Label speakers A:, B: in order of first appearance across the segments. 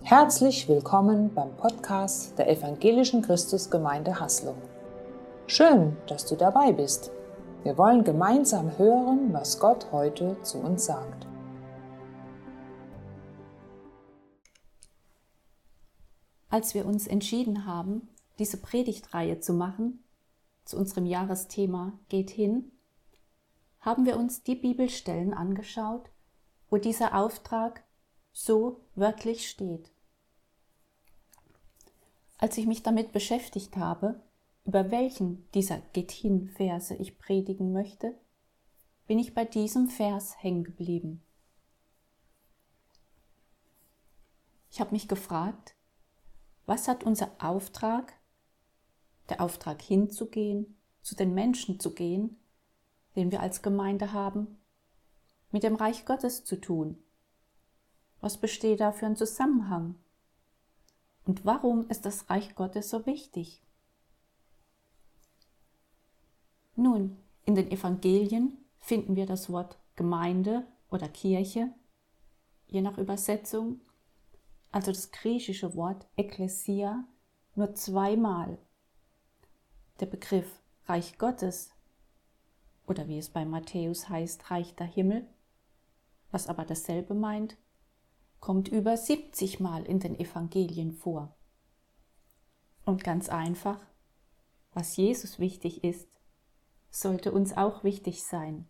A: Herzlich willkommen beim Podcast der Evangelischen Christusgemeinde Haslo. Schön, dass du dabei bist. Wir wollen gemeinsam hören, was Gott heute zu uns sagt.
B: Als wir uns entschieden haben, diese Predigtreihe zu machen, zu unserem Jahresthema Geht hin, haben wir uns die Bibelstellen angeschaut, wo dieser Auftrag so wörtlich steht. Als ich mich damit beschäftigt habe, über welchen dieser Geht hin Verse ich predigen möchte, bin ich bei diesem Vers hängen geblieben. Ich habe mich gefragt, was hat unser Auftrag, der Auftrag hinzugehen, zu den Menschen zu gehen, den wir als Gemeinde haben, mit dem Reich Gottes zu tun? Was besteht da für ein Zusammenhang? Und warum ist das Reich Gottes so wichtig? Nun, in den Evangelien finden wir das Wort Gemeinde oder Kirche, je nach Übersetzung, also das griechische Wort Ekklesia, nur zweimal. Der Begriff Reich Gottes, oder wie es bei Matthäus heißt, Reich der Himmel, was aber dasselbe meint, kommt über 70 Mal in den Evangelien vor. Und ganz einfach, was Jesus wichtig ist, sollte uns auch wichtig sein.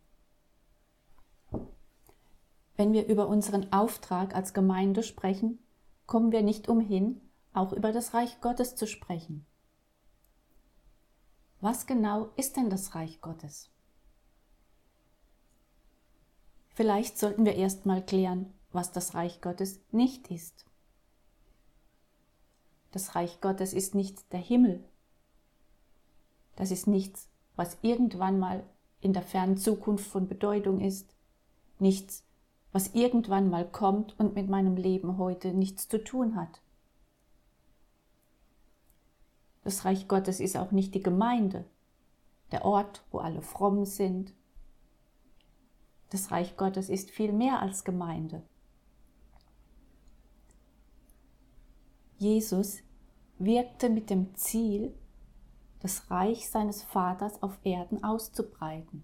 B: Wenn wir über unseren Auftrag als Gemeinde sprechen, kommen wir nicht umhin, auch über das Reich Gottes zu sprechen. Was genau ist denn das Reich Gottes? Vielleicht sollten wir erst mal klären, was das Reich Gottes nicht ist. Das Reich Gottes ist nicht der Himmel. Das ist nichts, was irgendwann mal in der fernen Zukunft von Bedeutung ist. Nichts, was irgendwann mal kommt und mit meinem Leben heute nichts zu tun hat. Das Reich Gottes ist auch nicht die Gemeinde, der Ort, wo alle fromm sind. Das Reich Gottes ist viel mehr als Gemeinde. Jesus wirkte mit dem Ziel, das Reich seines Vaters auf Erden auszubreiten.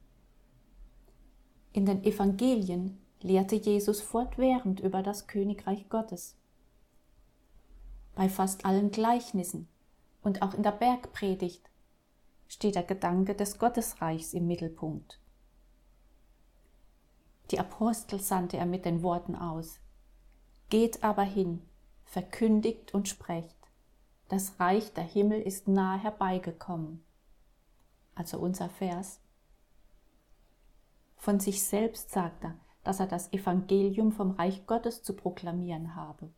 B: In den Evangelien lehrte Jesus fortwährend über das Königreich Gottes. Bei fast allen Gleichnissen und auch in der Bergpredigt steht der Gedanke des Gottesreichs im Mittelpunkt. Die Apostel sandte er mit den Worten aus: Geht aber hin, verkündigt und sprecht, das Reich der Himmel ist nahe herbeigekommen. Also unser Vers. Von sich selbst sagt er, dass er das Evangelium vom Reich Gottes zu proklamieren habe.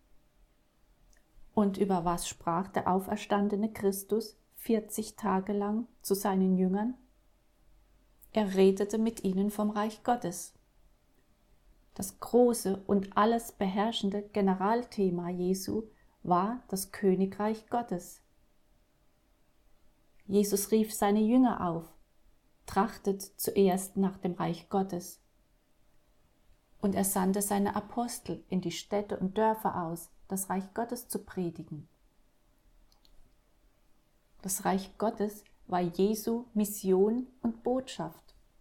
B: Und über was sprach der auferstandene Christus 40 Tage lang zu seinen Jüngern? Er redete mit ihnen vom Reich Gottes. Das große und alles beherrschende Generalthema Jesu war das Königreich Gottes. Jesus rief seine Jünger auf: Trachtet zuerst nach dem Reich Gottes. Und er sandte seine Apostel in die Städte und Dörfer aus, das Reich Gottes zu predigen. Das Reich Gottes war Jesu Mission und Botschaft.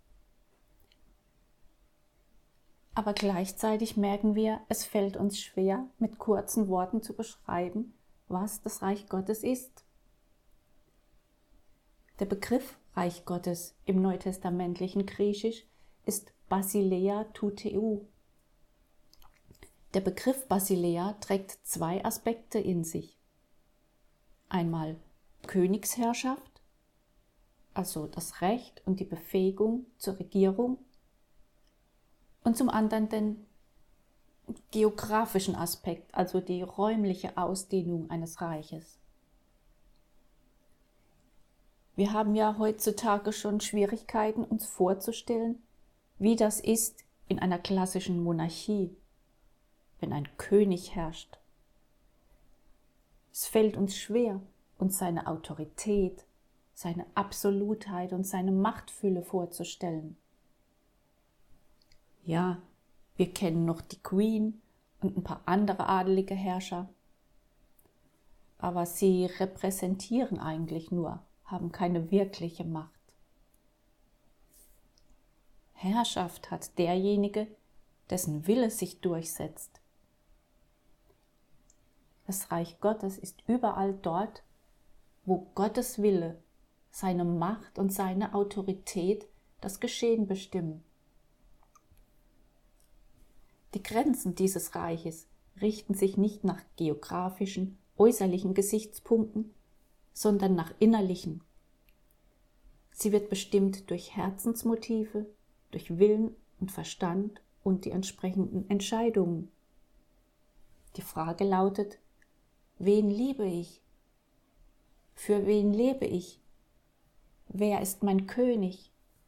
B: Aber gleichzeitig merken wir, es fällt uns schwer, mit kurzen Worten zu beschreiben, was das Reich Gottes ist. Der Begriff Reich Gottes im neutestamentlichen Griechisch ist Basileia tou theou. Der Begriff Basileia trägt zwei Aspekte in sich. Einmal Königsherrschaft, also das Recht und die Befähigung zur Regierung, und zum anderen den geografischen Aspekt, also die räumliche Ausdehnung eines Reiches. Wir haben ja heutzutage schon Schwierigkeiten, uns vorzustellen, wie das ist in einer klassischen Monarchie, wenn ein König herrscht. Es fällt uns schwer, uns seine Autorität, seine Absolutheit und seine Machtfülle vorzustellen. Ja, wir kennen noch die Queen und ein paar andere adelige Herrscher. Aber sie repräsentieren eigentlich nur, haben keine wirkliche Macht. Herrschaft hat derjenige, dessen Wille sich durchsetzt. Das Reich Gottes ist überall dort, wo Gottes Wille, seine Macht und seine Autorität das Geschehen bestimmen. Die Grenzen dieses Reiches richten sich nicht nach geografischen, äußerlichen Gesichtspunkten, sondern nach innerlichen. Sie wird bestimmt durch Herzensmotive, durch Willen und Verstand und die entsprechenden Entscheidungen. Die Frage lautet: Wen liebe ich? Für wen lebe ich? Wer ist mein König?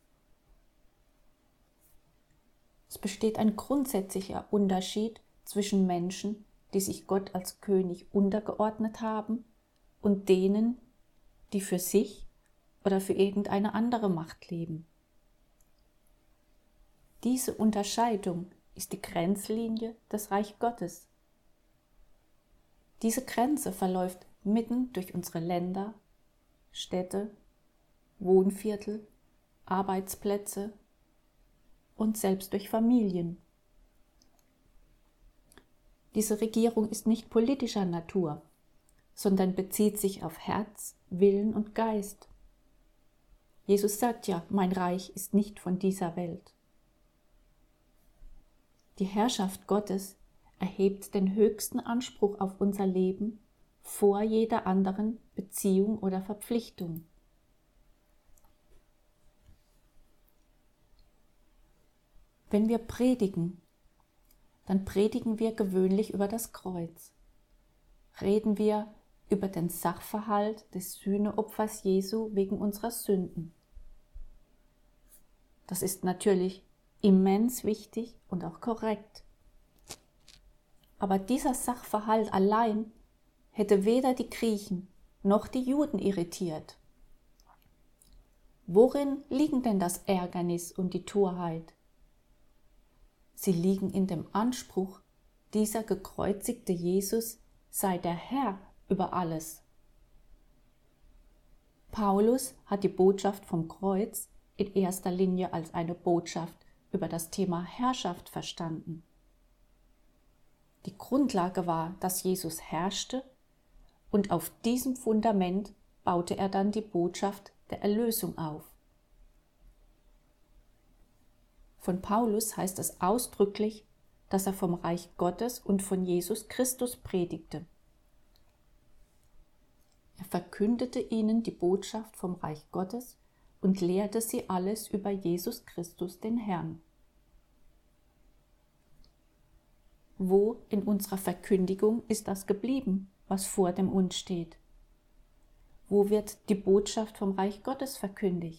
B: Es besteht ein grundsätzlicher Unterschied zwischen Menschen, die sich Gott als König untergeordnet haben, und denen, die für sich oder für irgendeine andere Macht leben. Diese Unterscheidung ist die Grenzlinie des Reich Gottes. Diese Grenze verläuft mitten durch unsere Länder, Städte, Wohnviertel, Arbeitsplätze und selbst durch Familien. Diese Regierung ist nicht politischer Natur, sondern bezieht sich auf Herz, Willen und Geist. Jesus sagt ja, mein Reich ist nicht von dieser Welt. Die Herrschaft Gottes erhebt den höchsten Anspruch auf unser Leben vor jeder anderen Beziehung oder Verpflichtung. Wenn wir predigen, dann predigen wir gewöhnlich über das Kreuz. Reden wir über den Sachverhalt des Sühneopfers Jesu wegen unserer Sünden. Das ist natürlich immens wichtig und auch korrekt. Aber dieser Sachverhalt allein hätte weder die Griechen noch die Juden irritiert. Worin liegen denn das Ärgernis und die Torheit? Sie liegen in dem Anspruch, dieser gekreuzigte Jesus sei der Herr über alles. Paulus hat die Botschaft vom Kreuz in erster Linie als eine Botschaft über das Thema Herrschaft verstanden. Die Grundlage war, dass Jesus herrschte, und auf diesem Fundament baute er dann die Botschaft der Erlösung auf. Von Paulus heißt es ausdrücklich, dass er vom Reich Gottes und von Jesus Christus predigte. Er verkündete ihnen die Botschaft vom Reich Gottes und lehrte sie alles über Jesus Christus, den Herrn. Wo in unserer Verkündigung ist das geblieben, was vor dem Uns steht? Wo wird die Botschaft vom Reich Gottes verkündigt?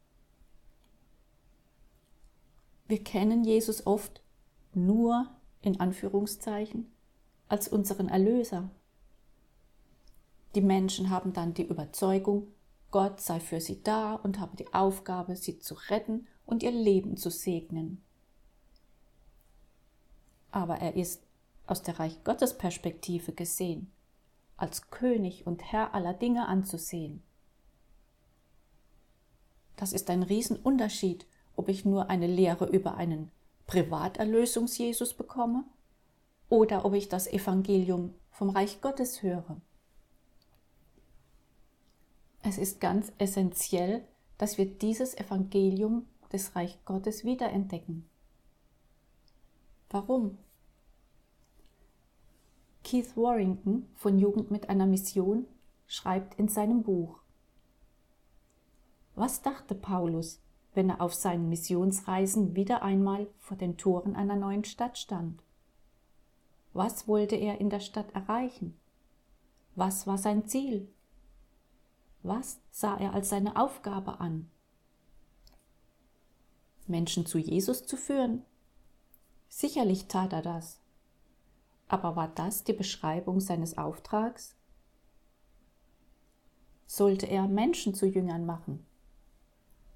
B: Wir kennen Jesus oft nur, in Anführungszeichen, als unseren Erlöser. Die Menschen haben dann die Überzeugung, Gott sei für sie da und habe die Aufgabe, sie zu retten und ihr Leben zu segnen. Aber er ist aus der Reich Gottes Perspektive gesehen, als König und Herr aller Dinge anzusehen. Das ist ein Riesenunterschied, ob ich nur eine Lehre über einen Privaterlösungs-Jesus bekomme oder ob ich das Evangelium vom Reich Gottes höre. Es ist ganz essentiell, dass wir dieses Evangelium des Reich Gottes wiederentdecken. Warum? Keith Warrington von Jugend mit einer Mission schreibt in seinem Buch: Was dachte Paulus, wenn er auf seinen Missionsreisen wieder einmal vor den Toren einer neuen Stadt stand? Was wollte er in der Stadt erreichen? Was war sein Ziel? Was sah er als seine Aufgabe an? Menschen zu Jesus zu führen? Sicherlich tat er das. Aber war das die Beschreibung seines Auftrags? Sollte er Menschen zu Jüngern machen?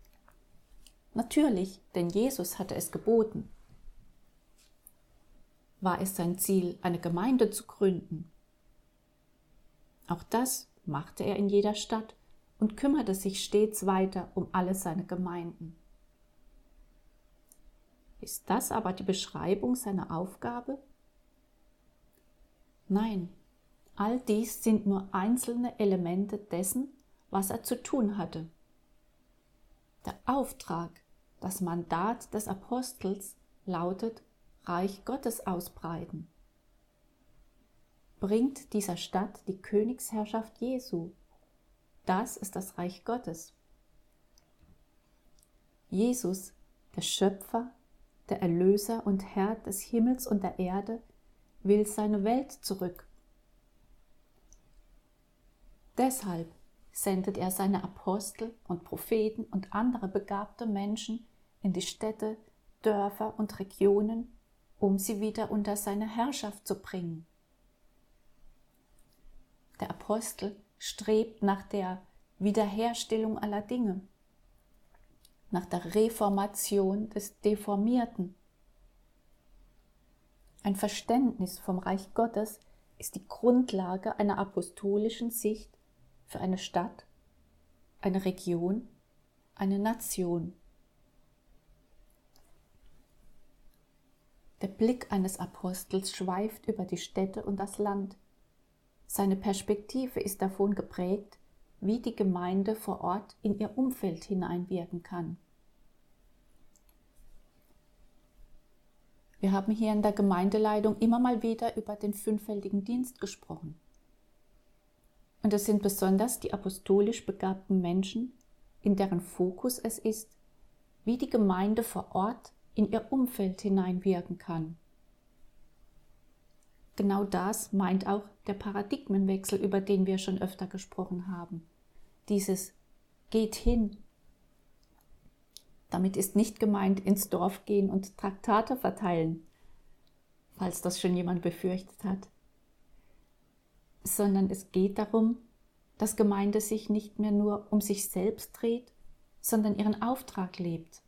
B: Natürlich, denn Jesus hatte es geboten. war es sein Ziel, eine Gemeinde zu gründen. Auch das machte er in jeder Stadt und kümmerte sich stets weiter um alle seine Gemeinden. Ist das aber die Beschreibung seiner Aufgabe? Nein, all dies sind nur einzelne Elemente dessen, was er zu tun hatte. Der Auftrag, das Mandat des Apostels lautet: Reich Gottes ausbreiten. Bringt dieser Stadt die Königsherrschaft Jesu. Das ist das Reich Gottes. Jesus, der Schöpfer, der Erlöser und Herr des Himmels und der Erde, will seine Welt zurück. Deshalb sendet er seine Apostel und Propheten und andere begabte Menschen in die Städte, Dörfer und Regionen, um sie wieder unter seine Herrschaft zu bringen. Der Apostel strebt nach der Wiederherstellung aller Dinge, nach der Reformation des Deformierten. Ein Verständnis vom Reich Gottes ist die Grundlage einer apostolischen Sicht für eine Stadt, eine Region, eine Nation. Der Blick eines Apostels schweift über die Städte und das Land. Seine Perspektive ist davon geprägt, wie die Gemeinde vor Ort in ihr Umfeld hineinwirken kann. Wir haben hier in der Gemeindeleitung immer mal wieder über den fünffältigen Dienst gesprochen. Und es sind besonders die apostolisch begabten Menschen, in deren Fokus es ist, wie die Gemeinde vor Ort in ihr Umfeld hineinwirken kann. Genau das meint auch der Paradigmenwechsel, über den wir schon öfter gesprochen haben. Dieses geht hin. Damit ist nicht gemeint, ins Dorf gehen und Traktate verteilen, falls das schon jemand befürchtet hat, sondern es geht darum, dass Gemeinde sich nicht mehr nur um sich selbst dreht, sondern ihren Auftrag lebt.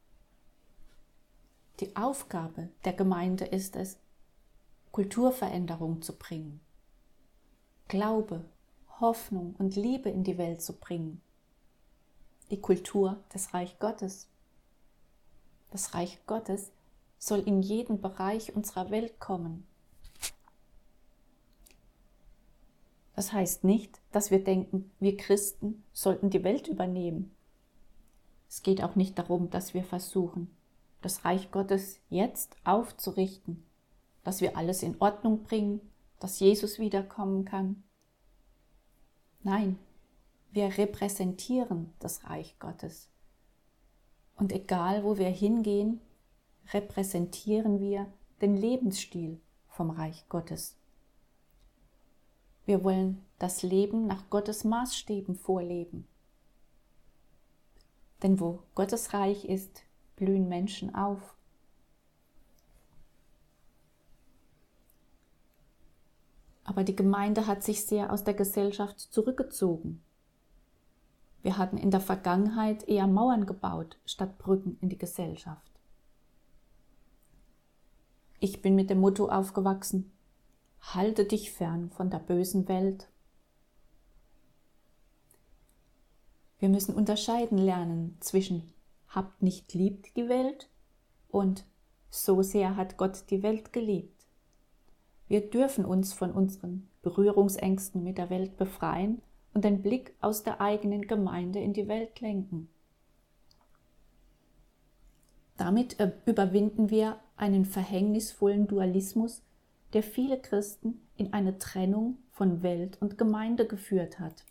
B: Die Aufgabe der Gemeinde ist es, Kulturveränderung zu bringen, Glaube, Hoffnung und Liebe in die Welt zu bringen, die Kultur des Reich Gottes. Das Reich Gottes soll in jeden Bereich unserer Welt kommen. Das heißt nicht, dass wir denken, wir Christen sollten die Welt übernehmen. Es geht auch nicht darum, dass wir versuchen, das Reich Gottes jetzt aufzurichten, dass wir alles in Ordnung bringen, dass Jesus wiederkommen kann. Nein, wir repräsentieren das Reich Gottes. Und egal, wo wir hingehen, repräsentieren wir den Lebensstil vom Reich Gottes. Wir wollen das Leben nach Gottes Maßstäben vorleben. Denn wo Gottes Reich ist, blühen Menschen auf. Aber die Gemeinde hat sich sehr aus der Gesellschaft zurückgezogen. Wir hatten in der Vergangenheit eher Mauern gebaut, statt Brücken in die Gesellschaft. Ich bin mit dem Motto aufgewachsen: Halte dich fern von der bösen Welt. Wir müssen unterscheiden lernen zwischen habt nicht lieb die Welt und so sehr hat Gott die Welt geliebt. Wir dürfen uns von unseren Berührungsängsten mit der Welt befreien und den Blick aus der eigenen Gemeinde in die Welt lenken. Damit überwinden wir einen verhängnisvollen Dualismus, der viele Christen in eine Trennung von Welt und Gemeinde geführt hat.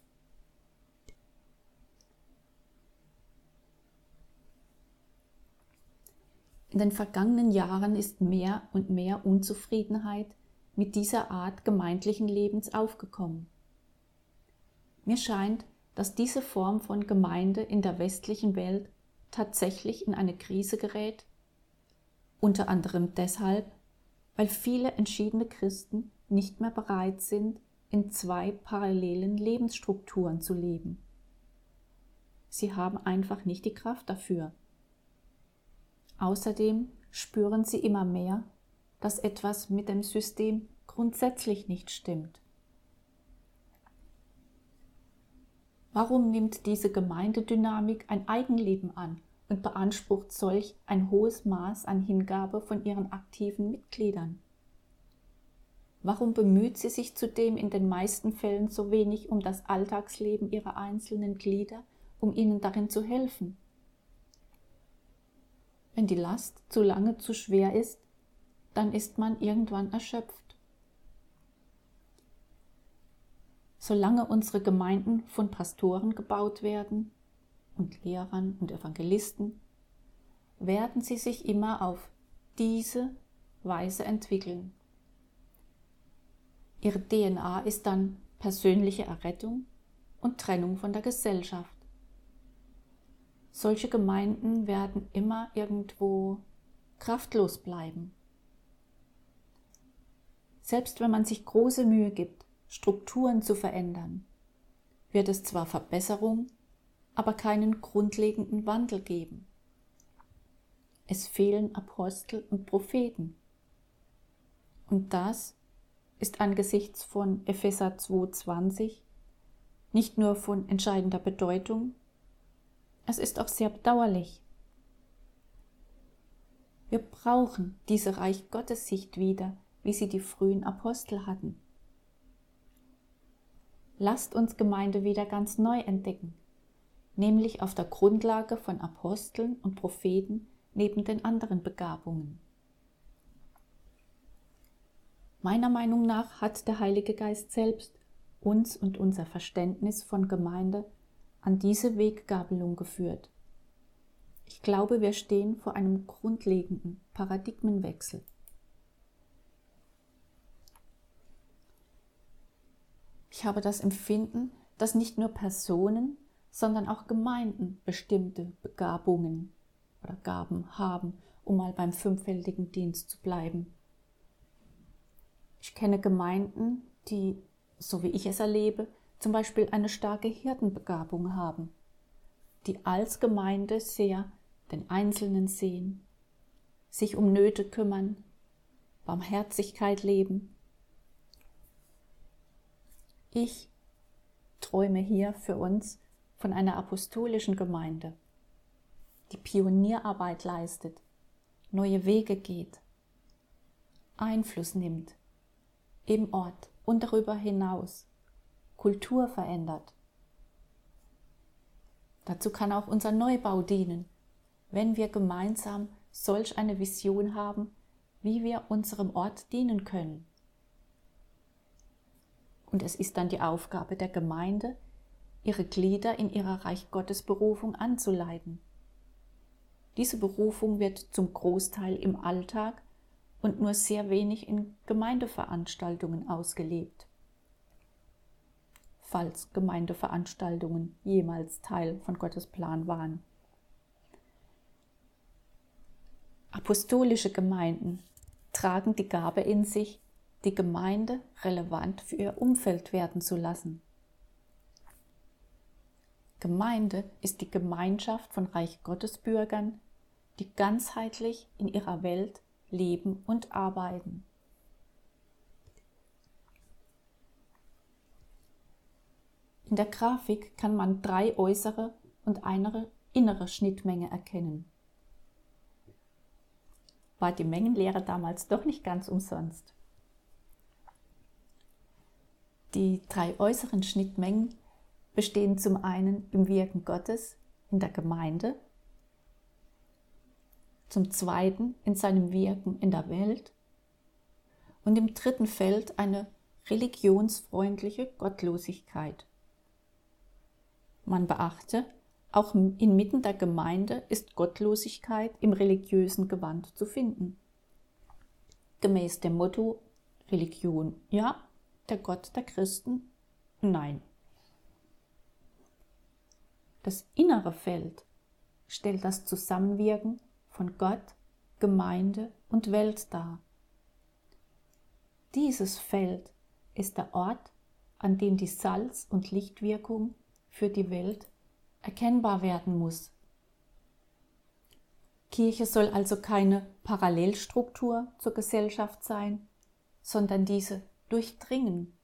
B: In den vergangenen Jahren ist mehr und mehr Unzufriedenheit mit dieser Art gemeindlichen Lebens aufgekommen. Mir scheint, dass diese Form von Gemeinde in der westlichen Welt tatsächlich in eine Krise gerät, unter anderem deshalb, weil viele entschiedene Christen nicht mehr bereit sind, in zwei parallelen Lebensstrukturen zu leben. Sie haben einfach nicht die Kraft dafür. Außerdem spüren sie immer mehr, dass etwas mit dem System grundsätzlich nicht stimmt. Warum nimmt diese Gemeindedynamik ein Eigenleben an und beansprucht solch ein hohes Maß an Hingabe von ihren aktiven Mitgliedern? Warum bemüht sie sich zudem in den meisten Fällen so wenig um das Alltagsleben ihrer einzelnen Glieder, um ihnen darin zu helfen? Wenn die Last zu lange zu schwer ist, dann ist man irgendwann erschöpft. Solange unsere Gemeinden von Pastoren gebaut werden und Lehrern und Evangelisten, werden sie sich immer auf diese Weise entwickeln. Ihre DNA ist dann persönliche Errettung und Trennung von der Gesellschaft. Solche Gemeinden werden immer irgendwo kraftlos bleiben. Selbst wenn man sich große Mühe gibt, Strukturen zu verändern, wird es zwar Verbesserung, aber keinen grundlegenden Wandel geben. Es fehlen Apostel und Propheten. Und das ist angesichts von Epheser 2,20 nicht nur von entscheidender Bedeutung, es ist auch sehr bedauerlich. Wir brauchen diese Reich Gottes Sicht wieder, wie sie die frühen Apostel hatten. Lasst uns Gemeinde wieder ganz neu entdecken, nämlich auf der Grundlage von Aposteln und Propheten neben den anderen Begabungen. Meiner Meinung nach hat der Heilige Geist selbst uns und unser Verständnis von Gemeinde an diese Weggabelung geführt. Ich glaube, wir stehen vor einem grundlegenden Paradigmenwechsel. Ich habe das Empfinden, dass nicht nur Personen, sondern auch Gemeinden bestimmte Begabungen oder Gaben haben, um mal beim fünffältigen Dienst zu bleiben. Ich kenne Gemeinden, die, so wie ich es erlebe, zum Beispiel eine starke Hirtenbegabung haben, die als Gemeinde sehr den Einzelnen sehen, sich um Nöte kümmern, Barmherzigkeit leben. Ich träume hier für uns von einer apostolischen Gemeinde, die Pionierarbeit leistet, neue Wege geht, Einfluss nimmt, im Ort und darüber hinaus, Kultur verändert. Dazu kann auch unser Neubau dienen, wenn wir gemeinsam solch eine Vision haben, wie wir unserem Ort dienen können. Und es ist dann die Aufgabe der Gemeinde, ihre Glieder in ihrer Reich Gottes Berufung anzuleiten. Diese Berufung wird zum Großteil im Alltag und nur sehr wenig in Gemeindeveranstaltungen ausgelebt, falls Gemeindeveranstaltungen jemals Teil von Gottes Plan waren. Apostolische Gemeinden tragen die Gabe in sich, die Gemeinde relevant für ihr Umfeld werden zu lassen. Gemeinde ist die Gemeinschaft von Reich Gottes Bürgern, die ganzheitlich in ihrer Welt leben und arbeiten. In der Grafik kann man 3 äußere und eine innere Schnittmenge erkennen. War die Mengenlehre damals doch nicht ganz umsonst. Die 3 äußeren Schnittmengen bestehen zum einen im Wirken Gottes in der Gemeinde, zum zweiten in seinem Wirken in der Welt und im dritten Feld eine religionsfreundliche Gottlosigkeit. Man beachte, auch inmitten der Gemeinde ist Gottlosigkeit im religiösen Gewand zu finden. Gemäß dem Motto Religion ja, der Gott der Christen nein. Das innere Feld stellt das Zusammenwirken von Gott, Gemeinde und Welt dar. Dieses Feld ist der Ort, an dem die Salz- und Lichtwirkung für die Welt erkennbar werden muss. Kirche soll also keine Parallelstruktur zur Gesellschaft sein, sondern diese durchdringen.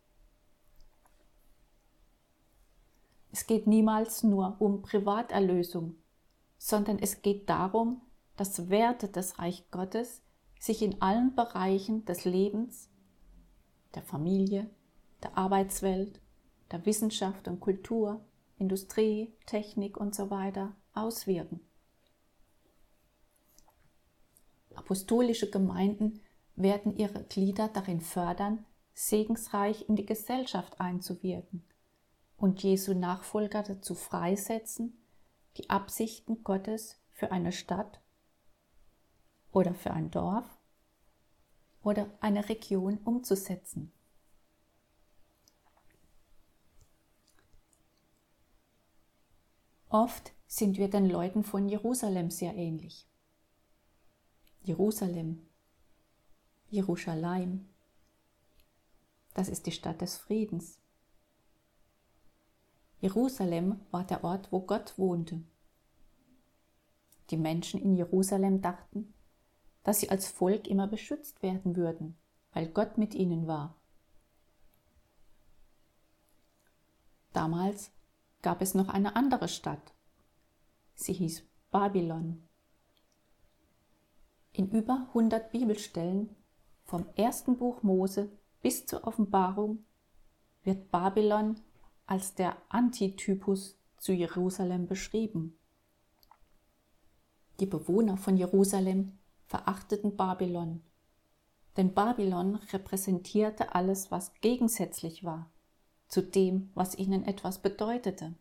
B: Es geht niemals nur um Privaterlösung, sondern es geht darum, dass Werte des Reich Gottes sich in allen Bereichen des Lebens, der Familie, der Arbeitswelt, der Wissenschaft und Kultur, Industrie, Technik und so weiter auswirken. Apostolische Gemeinden werden ihre Glieder darin fördern, segensreich in die Gesellschaft einzuwirken und Jesu Nachfolger dazu freisetzen, die Absichten Gottes für eine Stadt oder für ein Dorf oder eine Region umzusetzen. Oft sind wir den Leuten von Jerusalem sehr ähnlich. Jerusalem, Jerusalem, das ist die Stadt des Friedens. Jerusalem war der Ort, wo Gott wohnte. Die Menschen in Jerusalem dachten, dass sie als Volk immer beschützt werden würden, weil Gott mit ihnen war. Damals gab es noch eine andere Stadt. Sie hieß Babylon. In über 100 Bibelstellen, vom ersten Buch Mose bis zur Offenbarung, wird Babylon als der Antitypus zu Jerusalem beschrieben. Die Bewohner von Jerusalem verachteten Babylon, denn Babylon repräsentierte alles, was gegensätzlich war zu dem, was ihnen etwas bedeutete.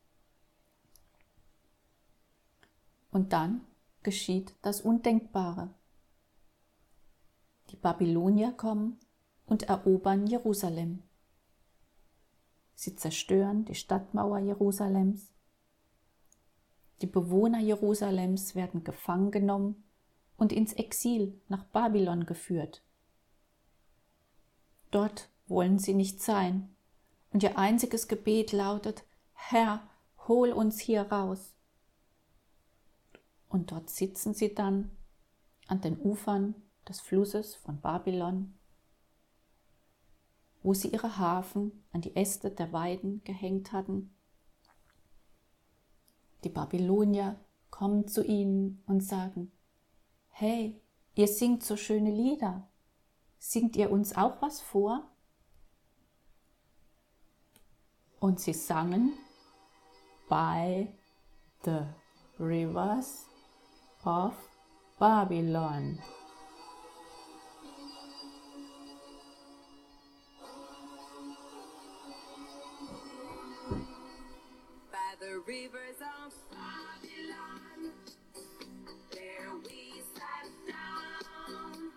B: Und dann geschieht das Undenkbare. Die Babylonier kommen und erobern Jerusalem. Sie zerstören die Stadtmauer Jerusalems. Die Bewohner Jerusalems werden gefangen genommen und ins Exil nach Babylon geführt. Dort wollen sie nicht sein und ihr einziges Gebet lautet: Herr, hol uns hier raus. Und dort sitzen sie dann an den Ufern des Flusses von Babylon, wo sie ihre Harfen an die Äste der Weiden gehängt hatten. Die Babylonier kommen zu ihnen und sagen: Hey, ihr singt so schöne Lieder. Singt ihr uns auch was vor? Und sie sangen: By the rivers of Babylon.
C: By the rivers of Babylon, there we sat down.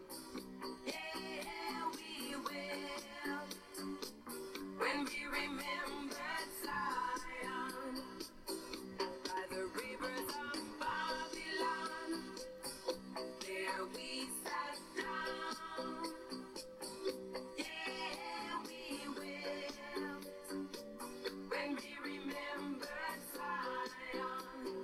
C: Yeah, we will, when we remembered Zion. By the rivers of Babylon, there we sat down. Yeah, we will, when we remembered Zion.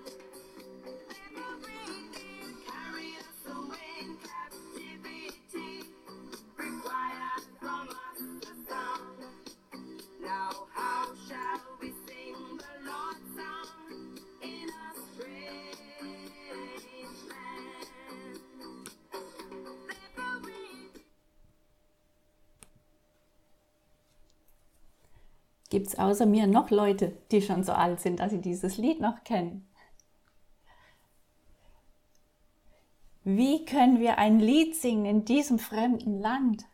C: Every day carry us away in captivity, required from us a song. Now how shall we sing the Lord's song in a strange land? Therefore we
B: Gibt es außer mir noch Leute, die schon so alt sind, dass sie dieses Lied noch kennen? Wie können wir ein Lied singen in diesem fremden Land?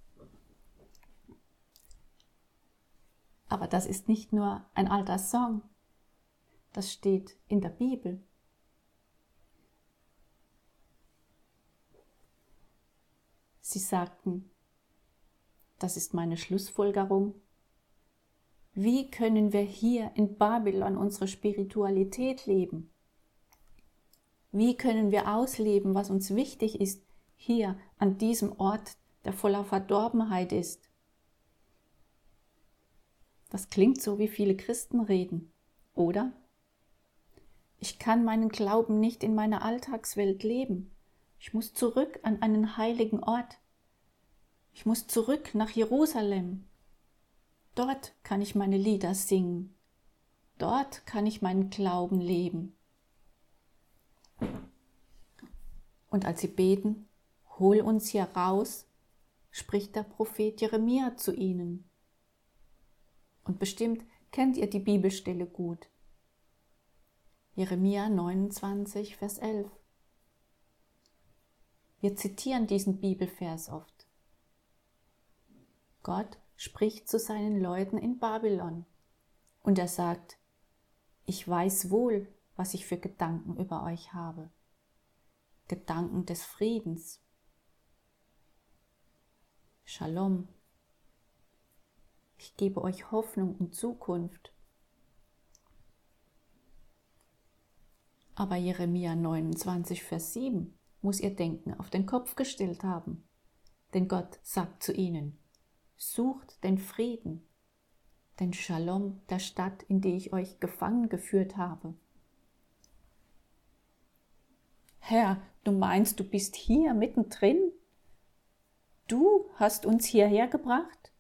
B: Aber das ist nicht nur ein alter Song, das steht in der Bibel. Sie sagten, das ist meine Schlussfolgerung: Wie können wir hier in Babylon unsere Spiritualität leben? Wie können wir ausleben, was uns wichtig ist, hier an diesem Ort, der voller Verdorbenheit ist? Das klingt so, wie viele Christen reden, oder? Ich kann meinen Glauben nicht in meiner Alltagswelt leben. Ich muss zurück an einen heiligen Ort. Ich muss zurück nach Jerusalem. Dort kann ich meine Lieder singen. Dort kann ich meinen Glauben leben. Und als sie beten, hol uns hier raus, spricht der Prophet Jeremia zu ihnen. Und bestimmt kennt ihr die Bibelstelle gut. Jeremia 29, Vers 11. Wir zitieren diesen Bibelvers oft. Gott spricht zu seinen Leuten in Babylon und er sagt, ich weiß wohl, was ich für Gedanken über euch habe. Gedanken des Friedens. Shalom. Ich gebe euch Hoffnung und Zukunft. Aber Jeremia 29, Vers 7 muss ihr Denken auf den Kopf gestellt haben. Denn Gott sagt zu ihnen, sucht den Frieden, den Shalom der Stadt, in die ich euch gefangen geführt habe. Herr, du meinst, du bist hier mittendrin? Du hast uns hierher gebracht?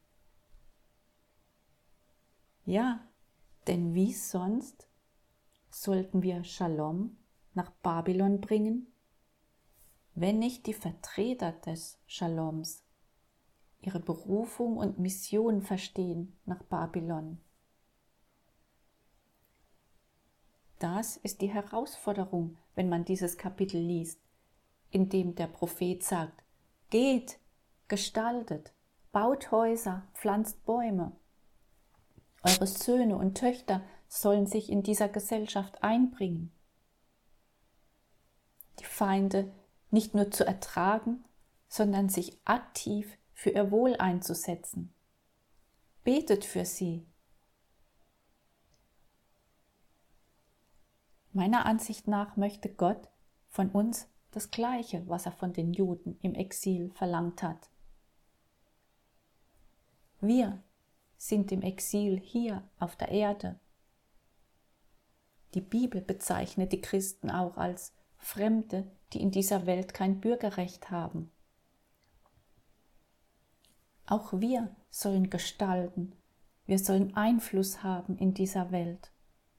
B: Ja, denn wie sonst sollten wir Shalom nach Babylon bringen, wenn nicht die Vertreter des Shaloms ihre Berufung und Mission verstehen nach Babylon. Das ist die Herausforderung, wenn man dieses Kapitel liest, in dem der Prophet sagt, geht, gestaltet, baut Häuser, pflanzt Bäume. Eure Söhne und Töchter sollen sich in dieser Gesellschaft einbringen. Die Feinde nicht nur zu ertragen, sondern sich aktiv für ihr Wohl einzusetzen. Betet für sie. Meiner Ansicht nach möchte Gott von uns das Gleiche, was er von den Juden im Exil verlangt hat. Wir sind im Exil hier auf der Erde. Die Bibel bezeichnet die Christen auch als Fremde, die in dieser Welt kein Bürgerrecht haben. Auch wir sollen gestalten, wir sollen Einfluss haben in dieser Welt.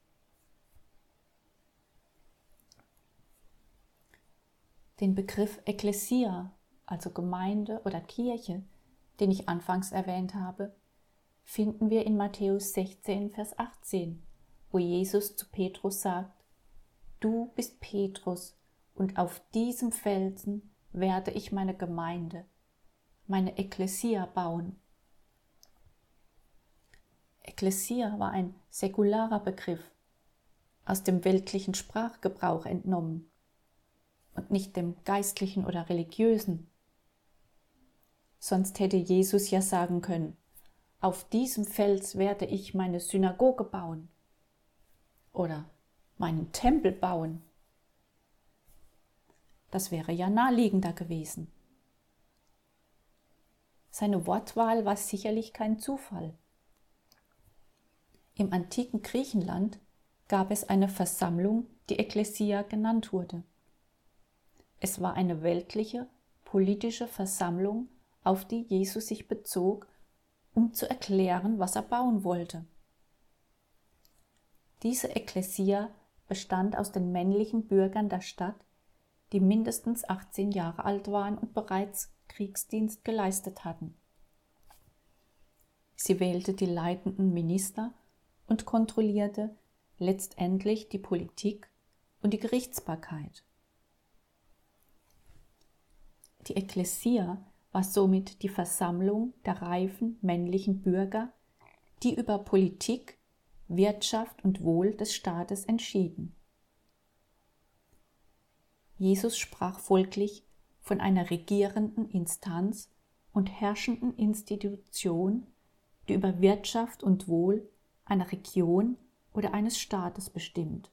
B: Den Begriff Ekklesia, also Gemeinde oder Kirche, den ich anfangs erwähnt habe, finden wir in Matthäus 16, Vers 18, wo Jesus zu Petrus sagt, du bist Petrus und auf diesem Felsen werde ich meine Gemeinde, meine Ekklesia bauen. Ekklesia war ein säkularer Begriff, aus dem weltlichen Sprachgebrauch entnommen und nicht dem geistlichen oder religiösen. Sonst hätte Jesus ja sagen können, auf diesem Fels werde ich meine Synagoge bauen oder meinen Tempel bauen. Das wäre ja naheliegender gewesen. Seine Wortwahl war sicherlich kein Zufall. Im antiken Griechenland gab es eine Versammlung, die Ekklesia genannt wurde. Es war eine weltliche, politische Versammlung, auf die Jesus sich bezog, um zu erklären, was er bauen wollte. Diese Ekklesia bestand aus den männlichen Bürgern der Stadt, die mindestens 18 Jahre alt waren und bereits Kriegsdienst geleistet hatten. Sie wählte die leitenden Minister und kontrollierte letztendlich die Politik und die Gerichtsbarkeit. Die Ekklesia war somit die Versammlung der reifen männlichen Bürger, die über Politik, Wirtschaft und Wohl des Staates entschieden. Jesus sprach folglich von einer regierenden Instanz und herrschenden Institution, die über Wirtschaft und Wohl einer Region oder eines Staates bestimmt.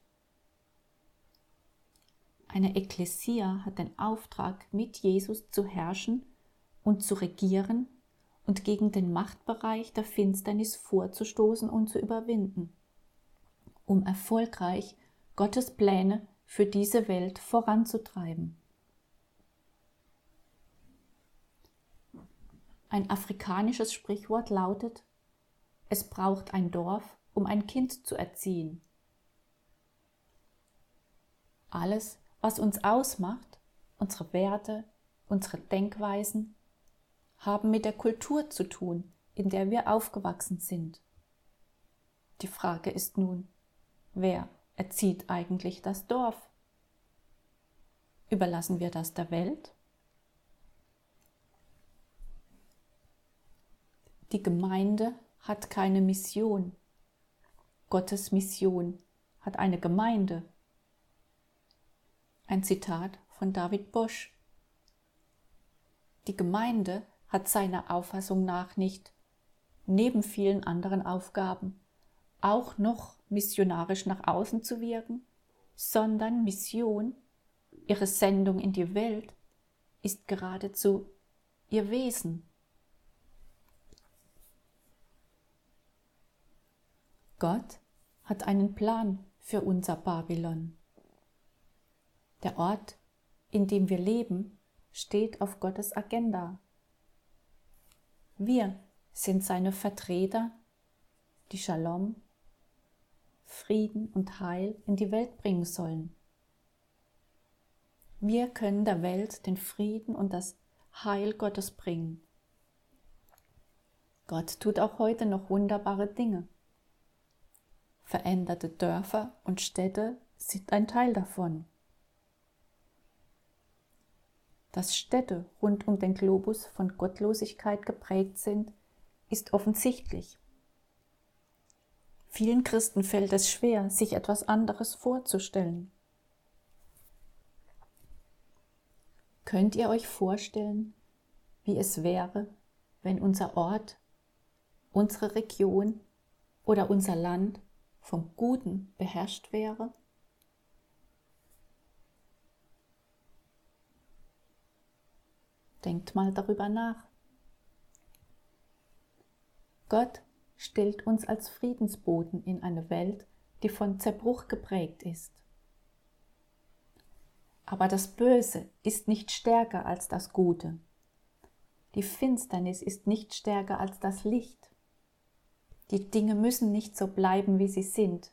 B: Eine Ekklesia hat den Auftrag, mit Jesus zu herrschen und zu regieren und gegen den Machtbereich der Finsternis vorzustoßen und zu überwinden, um erfolgreich Gottes Pläne für diese Welt voranzutreiben. Ein afrikanisches Sprichwort lautet: Es braucht ein Dorf, um ein Kind zu erziehen. Alles, was uns ausmacht, unsere Werte, unsere Denkweisen, haben mit der Kultur zu tun, in der wir aufgewachsen sind. Die Frage ist nun, wer erzieht eigentlich das Dorf? Überlassen wir das der Welt? Die Gemeinde hat keine Mission. Gottes Mission hat eine Gemeinde. Ein Zitat von David Bosch. Die Gemeinde hat seiner Auffassung nach nicht, neben vielen anderen Aufgaben, auch noch missionarisch nach außen zu wirken, sondern Mission, ihre Sendung in die Welt, ist geradezu ihr Wesen. Gott hat einen Plan für unser Babylon. Der Ort, in dem wir leben, steht auf Gottes Agenda. Wir sind seine Vertreter, die Shalom, Frieden und Heil in die Welt bringen sollen. Wir können der Welt den Frieden und das Heil Gottes bringen. Gott tut auch heute noch wunderbare Dinge. Veränderte Dörfer und Städte sind ein Teil davon. Dass Städte rund um den Globus von Gottlosigkeit geprägt sind, ist offensichtlich. Vielen Christen fällt es schwer, sich etwas anderes vorzustellen. Könnt ihr euch vorstellen, wie es wäre, wenn unser Ort, unsere Region oder unser Land vom Guten beherrscht wäre? Denkt mal darüber nach. Gott stellt uns als Friedensboten in eine Welt, die von Zerbruch geprägt ist. Aber das Böse ist nicht stärker als das Gute. Die Finsternis ist nicht stärker als das Licht. Die Dinge müssen nicht so bleiben, wie sie sind.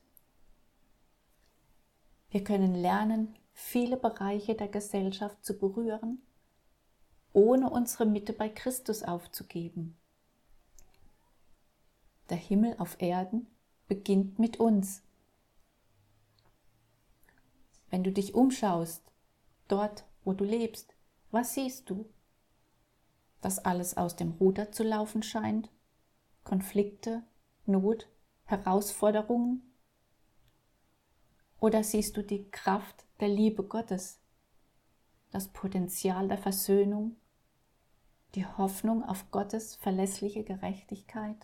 B: Wir können lernen, viele Bereiche der Gesellschaft zu berühren, ohne unsere Mitte bei Christus aufzugeben. Der Himmel auf Erden beginnt mit uns. Wenn du dich umschaust, dort, wo du lebst, was siehst du? Dass alles aus dem Ruder zu laufen scheint? Konflikte, Not, Herausforderungen? Oder siehst du die Kraft der Liebe Gottes, das Potenzial der Versöhnung, die Hoffnung auf Gottes verlässliche Gerechtigkeit?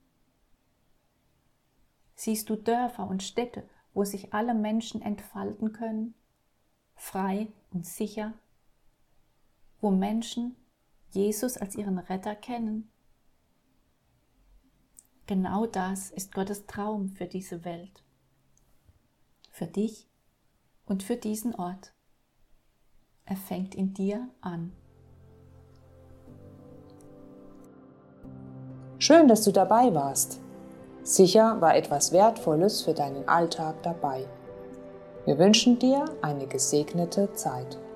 B: Siehst du Dörfer und Städte, wo sich alle Menschen entfalten können, frei und sicher, wo Menschen Jesus als ihren Retter kennen? Genau das ist Gottes Traum für diese Welt, für dich und für diesen Ort. Er fängt in dir an.
A: Schön, dass du dabei warst. Sicher war etwas Wertvolles für deinen Alltag dabei. Wir wünschen dir eine gesegnete Zeit.